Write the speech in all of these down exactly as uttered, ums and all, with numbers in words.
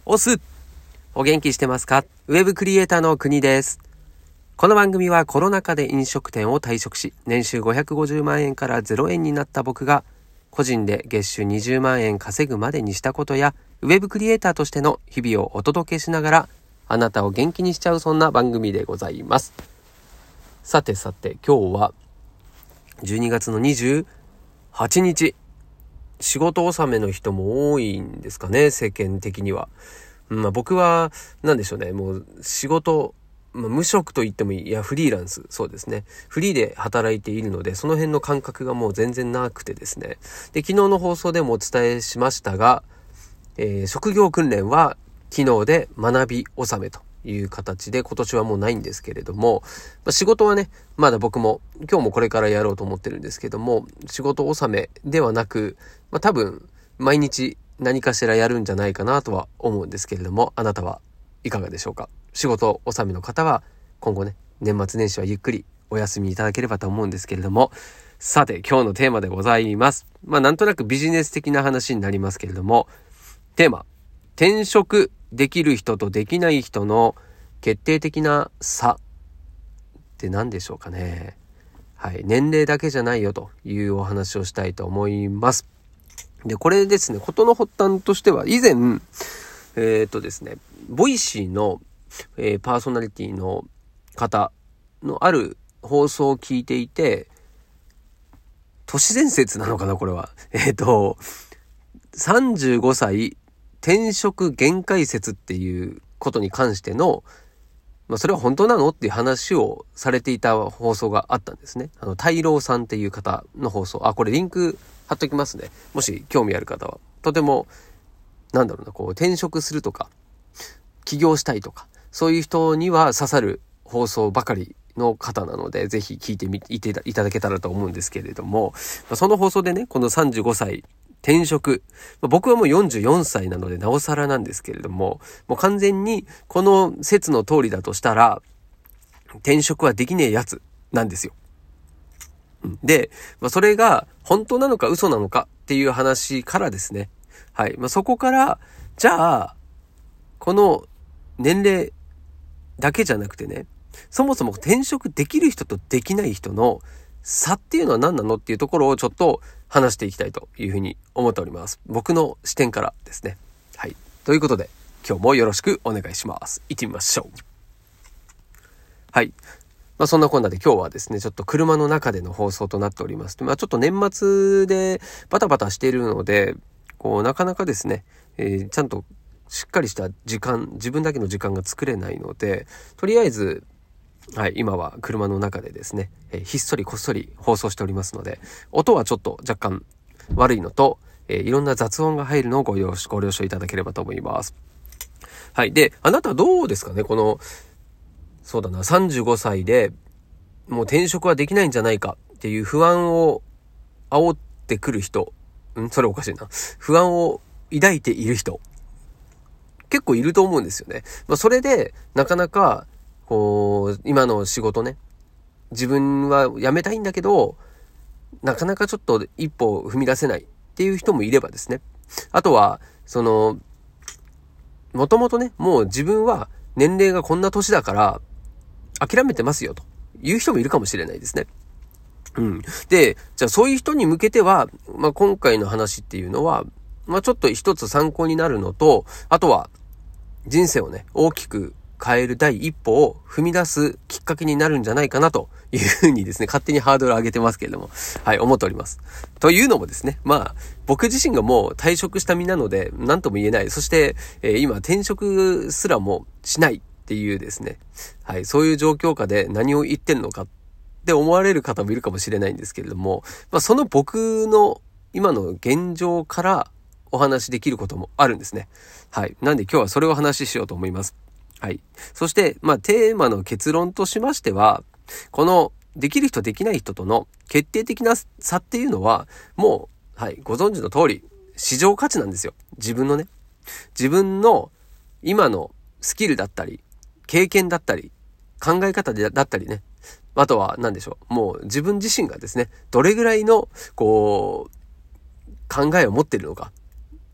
オスお元気してますか？ウェブクリエイターの国です。この番組はコロナ禍で飲食店を退職し、年収ごひゃくごじゅうまんえんからゼロえんになった僕が、個人で月収にじゅうまんえん稼ぐまでにしたことや、ウェブクリエイターとしての日々をお届けしながら、あなたを元気にしちゃうそんな番組でございます。さてさて、今日はじゅうにがつのにじゅうはちにち。仕事納めの人も多いんですかね、世間的には。まあ、僕は何でしょうね、もう仕事、まあ、無職と言ってもいい、いやフリーランス、そうですね、フリーで働いているので、その辺の感覚がもう全然なくてですね。で、昨日の放送でもお伝えしましたが、えー、職業訓練は昨日で学び納めという形で、今年はもうないんですけれども、まあ、仕事はね、まだ僕も今日もこれからやろうと思ってるんですけども、仕事納めではなく、まあ、多分毎日何かしらやるんじゃないかなとは思うんですけれども、あなたはいかがでしょうか？仕事納めの方は今後ね、年末年始はゆっくりお休みいただければと思うんですけれども、さて今日のテーマでございます。まあなんとなくビジネス的な話になりますけれども、テーマ、転職できる人とできない人の決定的な差って何でしょうかね。はい、年齢だけじゃないよというお話をしたいと思います。で、これですね、ことの発端としては、以前、えーっとですね、ボイシーの、えー、パーソナリティの方のある放送を聞いていて、都市伝説なのかな、これは。えーっと、さんじゅうごさい転職限界説っていうことに関しての、まあ、それは本当なのっていう話をされていた放送があったんですね。あの、大郎さんっていう方の放送。あ、これリンク貼っときますね。もし興味ある方は。とても、なんだろうな、こう、転職するとか、起業したいとか、そういう人には刺さる放送ばかりの方なので、ぜひ聞いてみていただけたらと思うんですけれども、その放送でね、このさんじゅうごさい、転職。僕はもうよんじゅうよんさいなのでなおさらなんですけれども、もう完全にこの説の通りだとしたら、転職はできねえやつなんですよ。で、まあ、それが本当なのか嘘なのかっていう話からですね。はい。まあ、そこから、じゃあ、この年齢だけじゃなくてね、そもそも転職できる人とできない人の差っていうのは何なのっていうところをちょっと話していきたいというふうに思っております。僕の視点からですね。はい。ということで、今日もよろしくお願いします。行ってみましょう。はい。まあそんなこんなで今日はですね、ちょっと車の中での放送となっております。まあちょっと年末でバタバタしているので、こうなかなかですね、えー、ちゃんとしっかりした時間、自分だけの時間が作れないので、とりあえず、はい、今は車の中でですね、えー、ひっそりこっそり放送しておりますので、音はちょっと若干悪いのと、えー、いろんな雑音が入るのをご了承、ご了承いただければと思います。はい。で、あなたどうですかね？この、そうだな、さんじゅうごさいでもう転職はできないんじゃないかっていう不安を煽ってくる人、んそれおかしいな。不安を抱いている人、結構いると思うんですよね。まあ、それで、なかなか、こう、今の仕事ね、自分は辞めたいんだけど、なかなかちょっと一歩踏み出せないっていう人もいればですね。あとは、その、もともとね、もう自分は年齢がこんな年だから、諦めてますよという人もいるかもしれないですね。うん。で、じゃあそういう人に向けては、まあ、今回の話っていうのは、まあ、ちょっと一つ参考になるのと、あとは、人生をね、大きく変える第一歩を踏み出すきっかけになるんじゃないかなというふうにですね、勝手にハードルを上げてますけれども、はい、思っております。というのもですね、まあ、僕自身がもう退職した身なので、何とも言えない。そして、えー、今、転職すらもしないっていうですね、はい、そういう状況下で何を言ってんのかって思われる方もいるかもしれないんですけれども、まあ、その僕の今の現状からお話しできることもあるんですね。はい。なんで今日はそれをお話ししようと思います。はい。そして、まあ、テーマの結論としましては、このできる人できない人との決定的な差っていうのは、もう、はい、ご存知の通り、市場価値なんですよ。自分のね。自分の今のスキルだったり、経験だったり、考え方だったりね。あとは何でしょう。もう自分自身がですね、どれぐらいの、こう、考えを持っているのか。うん。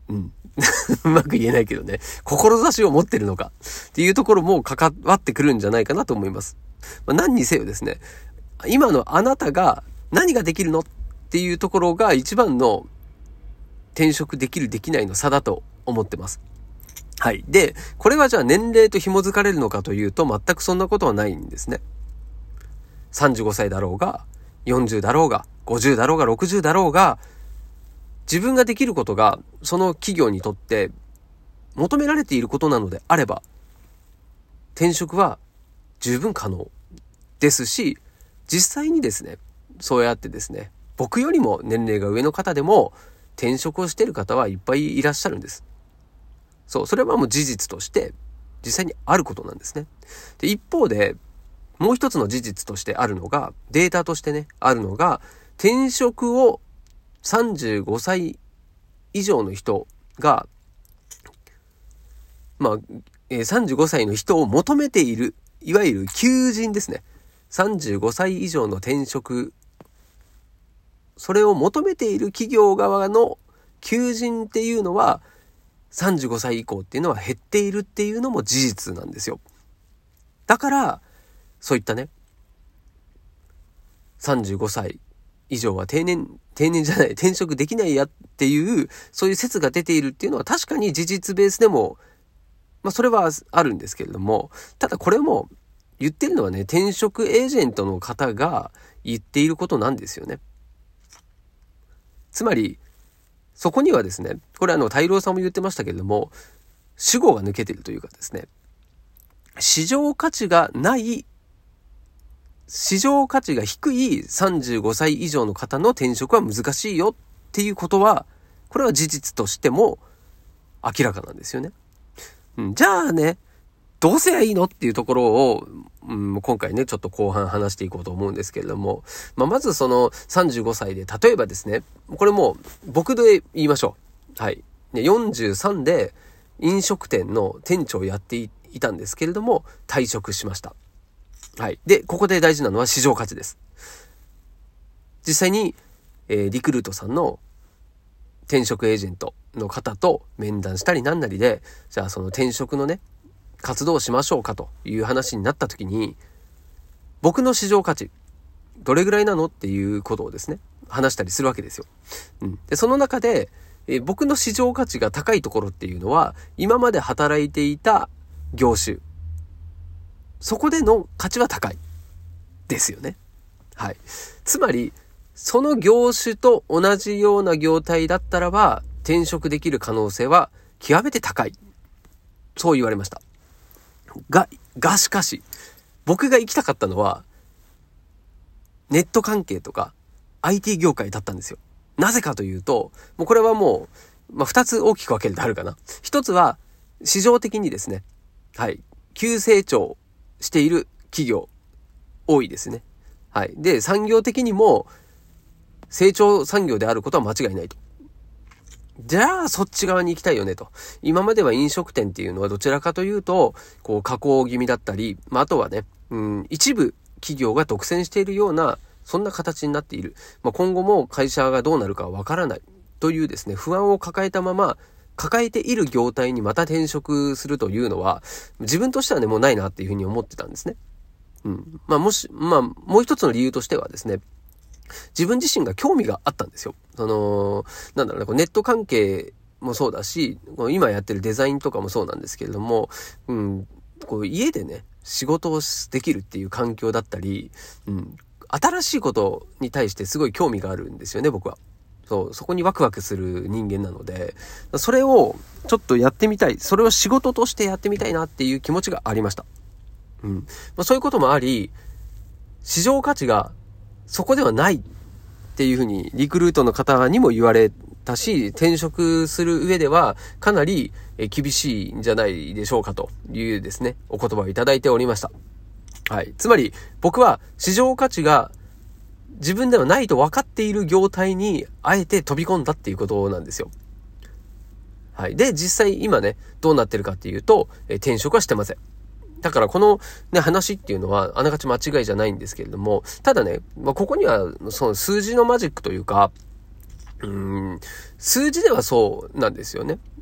うまく言えないけどね、志を持ってるのかっていうところも関わってくるんじゃないかなと思います。まあ、何にせよですね、今のあなたが何ができるのっていうところが一番の転職できるできないの差だと思ってます。はい。で、これはじゃあ年齢と紐づかれるのかというと全くそんなことはないんですね。さんじゅうごさいだろうが、よんじゅうだろうが、ごじゅうだろうが、ろくじゅうだろうが、自分ができることがその企業にとって求められていることなのであれば、転職は十分可能ですし、実際にですね、そうやってですね、僕よりも年齢が上の方でも転職をしている方はいっぱいいらっしゃるんです。そう、それはもう事実として実際にあることなんですね。で、一方でもう一つの事実としてあるのが、データとしてね、あるのが、転職をさんじゅうごさい以上の人が、まあ、えー、さんじゅうごさいの人を求めている、いわゆる求人ですね。さんじゅうごさい以上の転職、それを求めている企業側の求人っていうのは、さんじゅうごさい以降っていうのは減っているっていうのも事実なんですよ。だから、そういったね、さんじゅうごさい以上は定年、定年じゃない、転職できないやっていう、そういう説が出ているっていうのは確かに事実ベースでも、まあそれはあるんですけれども、ただこれも言ってるのはね、転職エージェントの方が言っていることなんですよね。つまり、そこにはですね、これあの、大郎さんも言ってましたけれども、主語が抜けているというかですね、市場価値がない、市場価値が低いさんじゅうごさい以上の方の転職は難しいよっていうことは、これは事実としても明らかなんですよね。うん、じゃあね、どうせはいいのっていうところを、うん、今回ね、ちょっと後半話していこうと思うんですけれども、まあ、まずそのさんじゅうごさいで、例えばですね、これも僕で言いましょう。はい。よんじゅうさんで飲食店の店長をやっていたんですけれども、退職しました。はい。で、ここで大事なのは市場価値です。実際に、えー、リクルートさんの転職エージェントの方と面談したりなんなりで、じゃあその転職のね、活動をしましょうかという話になった時に、僕の市場価値どれぐらいなのっていうことをですね、話したりするわけですよ。うん、でその中で、えー、僕の市場価値が高いところっていうのは、今まで働いていた業種、そこでの価値は高いですよね。はい。つまりその業種と同じような業態だったらば転職できる可能性は極めて高い。そう言われました。が、がしかし、僕が行きたかったのは、ネット関係とか アイティー 業界だったんですよ。なぜかというと、もうこれはもう、まあ、二つ大きく分けるとあるかな。一つは、市場的にですね、はい、急成長している企業、多いですね。はい。で、産業的にも、成長産業であることは間違いないと。じゃあそっち側に行きたいよねと。今までは飲食店っていうのはどちらかというと、こう加工気味だったり、まあ、あとはね、うん、一部企業が独占しているような、そんな形になっている。まあ、今後も会社がどうなるかわからないというですね、不安を抱えたまま、抱えている業態にまた転職するというのは、自分としてはね、もうないなっていうふうに思ってたんですね。うん。まあもし、まあもう一つの理由としてはですね、自分自身が興味があったんですよ。その、なんだろうね、こうネット関係もそうだし、今やってるデザインとかもそうなんですけれども、うん、こう家でね、仕事をできるっていう環境だったり、うん、新しいことに対してすごい興味があるんですよね、僕は。そう、そこにワクワクする人間なので、それをちょっとやってみたい、それを仕事としてやってみたいなっていう気持ちがありました。うん。まあ、そういうこともあり、市場価値がそこではないっていうふうにリクルートの方にも言われたし、転職する上ではかなり厳しいんじゃないでしょうかというですね、お言葉をいただいておりました。はい。つまり僕は市場価値が自分ではないと分かっている業態にあえて飛び込んだっていうことなんですよ。はい。で、実際今ね、どうなってるかっていうと、え転職はしてません。だからこのね、話っていうのはあながち間違いじゃないんですけれども、ただね、まあ、ここにはその数字のマジックというか、うーん、数字ではそうなんですよね。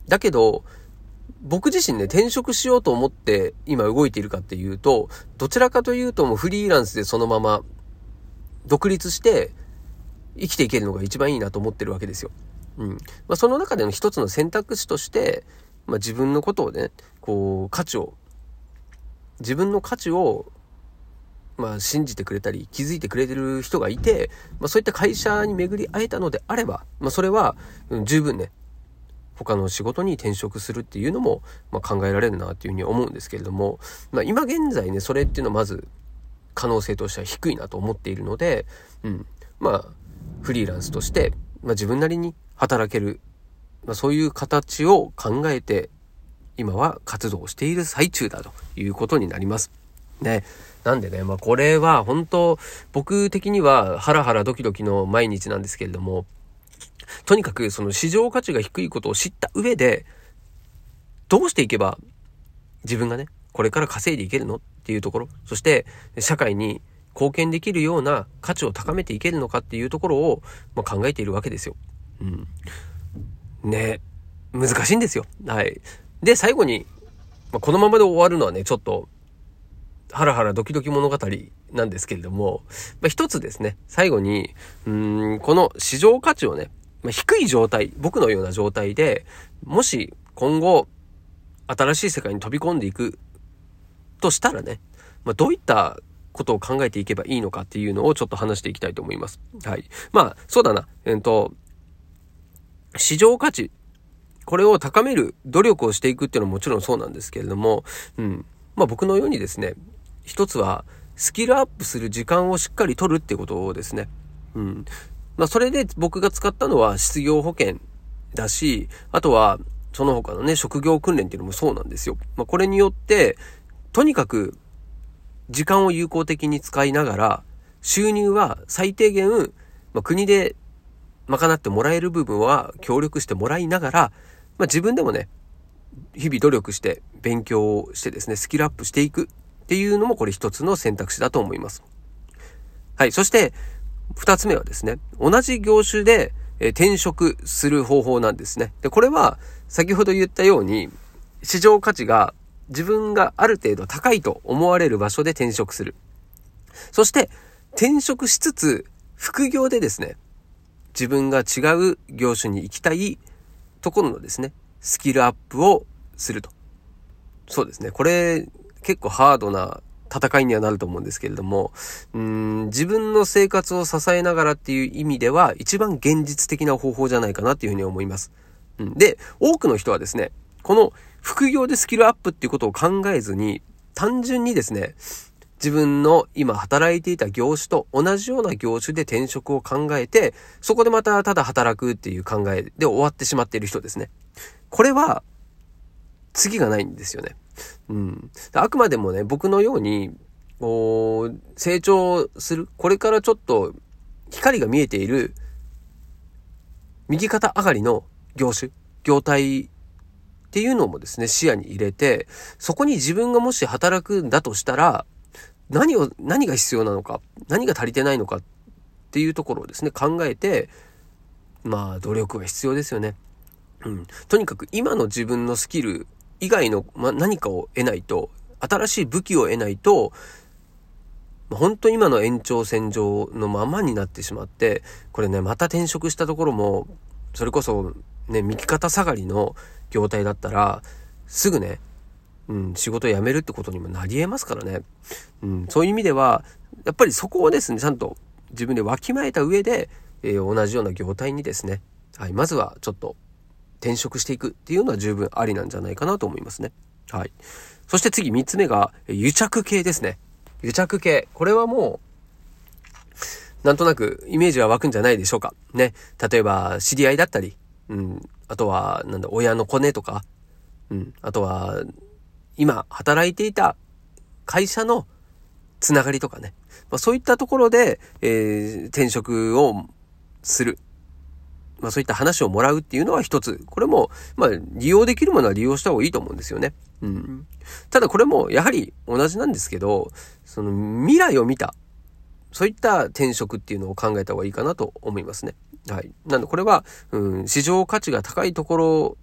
だけど、僕自身ね、転職しようと思って今動いているかっていうと、どちらかというともうフリーランスでそのまま独立して生きていけるのが一番いいなと思ってるわけですよ。うん。まあ、その中での一つの選択肢として、まあ、自分のことをね、こう、価値を、自分の価値を、まあ、信じてくれたり、気づいてくれてる人がいて、まあ、そういった会社に巡り会えたのであれば、まあ、それは、うん、十分ね、他の仕事に転職するっていうのも、まあ、考えられるなっていうふうに思うんですけれども、まあ、今現在ね、それっていうのはまず可能性としては低いなと思っているので、うん、まあフリーランスとして、まあ、自分なりに働ける、まあ、そういう形を考えて今は活動している最中だということになりますね。なんでね、まあこれは本当僕的にはハラハラドキドキの毎日なんですけれども、とにかくその市場価値が低いことを知った上で、どうしていけば自分がね、これから稼いでいけるのっていうところ、そして社会に貢献できるような価値を高めていけるのかっていうところを、まあ、考えているわけですよ。うん。ね、難しいんですよ。はい。で、最後に、まあ、このままで終わるのはね、ちょっとハラハラドキドキ物語なんですけれども、まあ、一つですね、最後に、うーん、この市場価値をね、まあ、低い状態、僕のような状態で、もし今後、新しい世界に飛び込んでいくとしたらね、まあ、どういったことを考えていけばいいのかっていうのをちょっと話していきたいと思います。はい。まあ、そうだな。えっと、市場価値、これを高める努力をしていくっていうのはもちろんそうなんですけれども、うん。まあ僕のようにですね、一つはスキルアップする時間をしっかり取るってことをですね、うん。まあそれで僕が使ったのは失業保険だし、あとはその他のね、職業訓練っていうのもそうなんですよ。まあこれによって、とにかく時間を有効的に使いながら、収入は最低限、まあ、国で賄ってもらえる部分は協力してもらいながら、まあ、自分でもね、日々努力して勉強をしてですね、スキルアップしていくっていうのもこれ一つの選択肢だと思います。はい。そして二つ目はですね、同じ業種で転職する方法なんですね。で、これは先ほど言ったように市場価値が自分がある程度高いと思われる場所で転職する。そして転職しつつ副業でですね、自分が違う業種に行きたいところのですね、スキルアップをすると。そうですね。これ結構ハードな戦いにはなると思うんですけれども、うーん、自分の生活を支えながらっていう意味では一番現実的な方法じゃないかなっていうふうに思います。うん、で、多くの人はですね、この副業でスキルアップっていうことを考えずに、単純にですね、自分の今働いていた業種と同じような業種で転職を考えて、そこでまたただ働くっていう考えで終わってしまっている人ですね。これは次がないんですよね。うん。あくまでもね、僕のように、こう、成長する、これからちょっと光が見えている、右肩上がりの業種、業態っていうのもですね、視野に入れて、そこに自分がもし働くんだとしたら、何を、何が必要なのか、何が足りてないのかっていうところをですね、考えて、まあ、努力が必要ですよね。うん。とにかく今の自分のスキル以外の、ま、何かを得ないと、新しい武器を得ないと、本当に今の延長線上のままになってしまって、これね、また転職したところも、それこそね、右肩下がりの業態だったら、すぐね、うん、仕事を辞めるってことにもなり得ますからね。うん、そういう意味では、やっぱりそこをですね、ちゃんと自分でわきまえた上で、えー、同じような業態にですね、はい、まずはちょっと転職していくっていうのは十分ありなんじゃないかなと思いますね。はい。そして次三つ目が、癒着系ですね。癒着系。これはもう、なんとなくイメージは湧くんじゃないでしょうか。ね。例えば、知り合いだったり、うん、あとは、なんだ、親のコネとか、うん、あとは、今働いていた会社のつながりとかね、まあ、そういったところで、えー、転職をする、まあ、そういった話をもらうっていうのは一つ、これもまあ利用できるものは利用した方がいいと思うんですよね。うん。ただこれもやはり同じなんですけど、その未来を見たそういった転職っていうのを考えた方がいいかなと思いますね。はい。なのでこれは、うん、市場価値が高いところ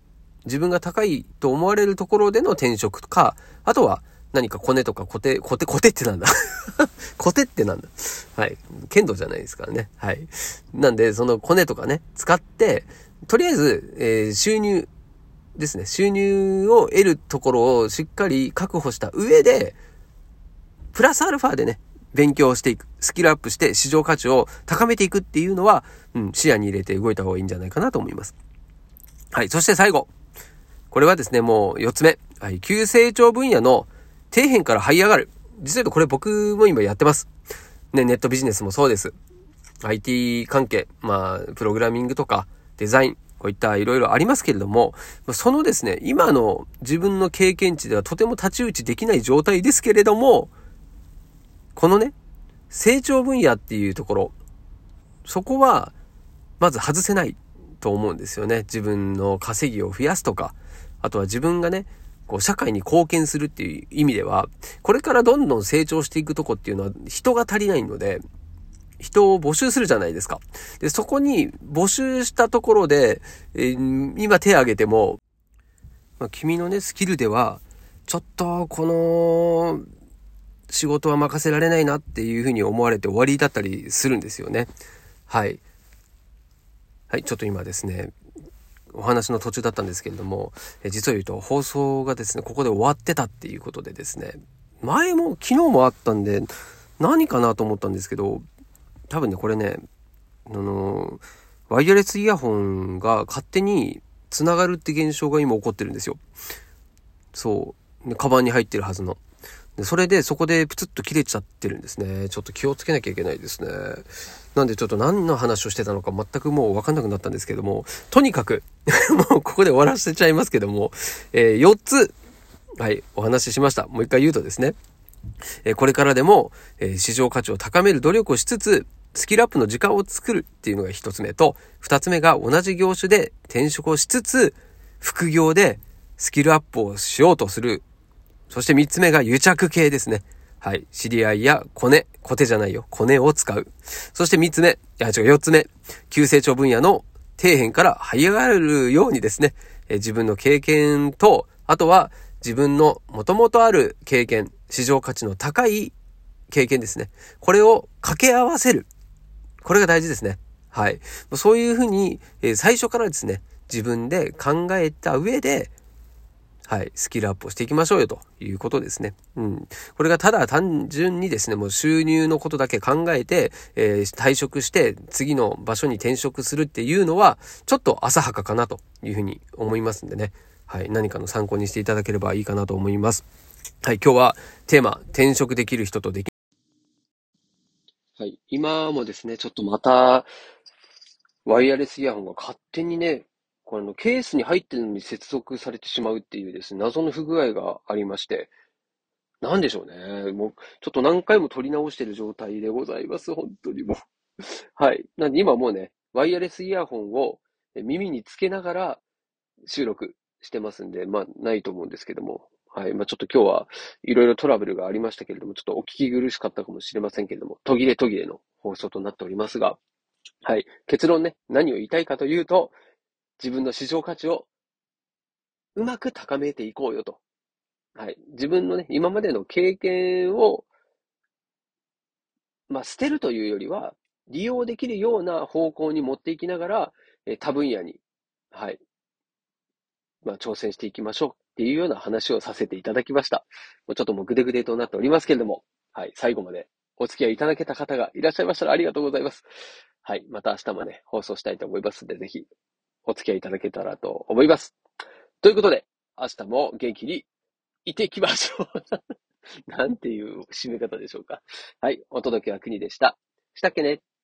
自分が高いと思われるところでの転職とか、あとは何かコネとかコテ、コテ、コテってなんだコテってなんだはい。剣道じゃないですからね。はい。なんで、そのコネとかね、使って、とりあえず、えー、収入ですね。収入を得るところをしっかり確保した上で、プラスアルファでね、勉強していく、スキルアップして市場価値を高めていくっていうのは、うん、視野に入れて動いた方がいいんじゃないかなと思います。はい。そして最後。これはですね、もうよっつめ。はい。急成長分野の底辺から這い上がる。実は言うとこれ僕も今やってます。ね、ネットビジネスもそうです。アイティー 関係、まあ、プログラミングとかデザイン、こういったいろいろありますけれども、そのですね、今の自分の経験値ではとても太刀打ちできない状態ですけれども、このね、成長分野っていうところ、そこは、まず外せないと思うんですよね。自分の稼ぎを増やすとか、あとは自分がね、こう社会に貢献するっていう意味では、これからどんどん成長していくとこっていうのは人が足りないので、人を募集するじゃないですか。で、そこに募集したところで、えー、今手挙げても、まあ、君のね、スキルでは、ちょっとこの仕事は任せられないなっていうふうに思われて終わりだったりするんですよね。はい。はい、ちょっと今ですね、お話の途中だったんですけれども、え実を言うと放送がですね、ここで終わってたっていうことでですね、前も昨日もあったんで、何かなと思ったんですけど、多分ね、これね、あの、ワイヤレスイヤホンが勝手に繋がるって現象が今起こってるんですよ。そう。カバンに入ってるはずの。でそれでそこでプツッと切れちゃってるんですね。ちょっと気をつけなきゃいけないですね。なんでちょっと何の話をしてたのか全くもう分かんなくなったんですけども、とにかくもうここで終わらせちゃいますけども、えー、よっつ、はい、お話ししました。もう一回言うとですね、えー、これからでも、えー、市場価値を高める努力をしつつ、スキルアップの時間を作るっていうのが一つ目と、二つ目が同じ業種で転職をしつつ、副業でスキルアップをしようとする。そして三つ目が癒着系ですね。はい。知り合いやコネ、コテじゃないよ。コネを使う。そして三つ目、いや違う、四つ目。急成長分野の底辺から這い上がるようにですね、え自分の経験と、あとは自分の元々ある経験、市場価値の高い経験ですね。これを掛け合わせる。これが大事ですね。はい。そういうふうに、えー、最初からですね、自分で考えた上で、はい、スキルアップをしていきましょうよということですね。うん。これがただ単純にですね、もう収入のことだけ考えて、えー、退職して次の場所に転職するっていうのは、ちょっと浅はかかなというふうに思いますんでね。はい、何かの参考にしていただければいいかなと思います。はい、今日はテーマ、転職できる人とできはい。今もですね、ちょっとまた、ワイヤレスイヤホンが勝手にね、このケースに入ってるのに接続されてしまうっていうですね、謎の不具合がありまして、なんでしょうね。もう、ちょっと何回も取り直してる状態でございます。本当にもう。はい。なんで今もうね、ワイヤレスイヤホンを耳につけながら収録してますんで、まあ、ないと思うんですけども。はい。まあ、ちょっと今日はいろいろトラブルがありましたけれども、ちょっとお聞き苦しかったかもしれませんけれども、途切れ途切れの放送となっておりますが、はい。結論ね、何を言いたいかというと、自分の市場価値をうまく高めていこうよと。はい。自分のね、今までの経験を、まあ、捨てるというよりは、利用できるような方向に持っていきながら、え多分野に、はい。まあ、挑戦していきましょうっていうような話をさせていただきました。もうちょっともうグデグデとなっておりますけれども、はい。最後までお付き合いいただけた方がいらっしゃいましたらありがとうございます。はい。また明日もね、放送したいと思いますので、ぜひお付き合いいただけたらと思います。ということで、明日も元気にいていきましょう。なんていう締め方でしょうか。はい。お届けは国でした。したっけね。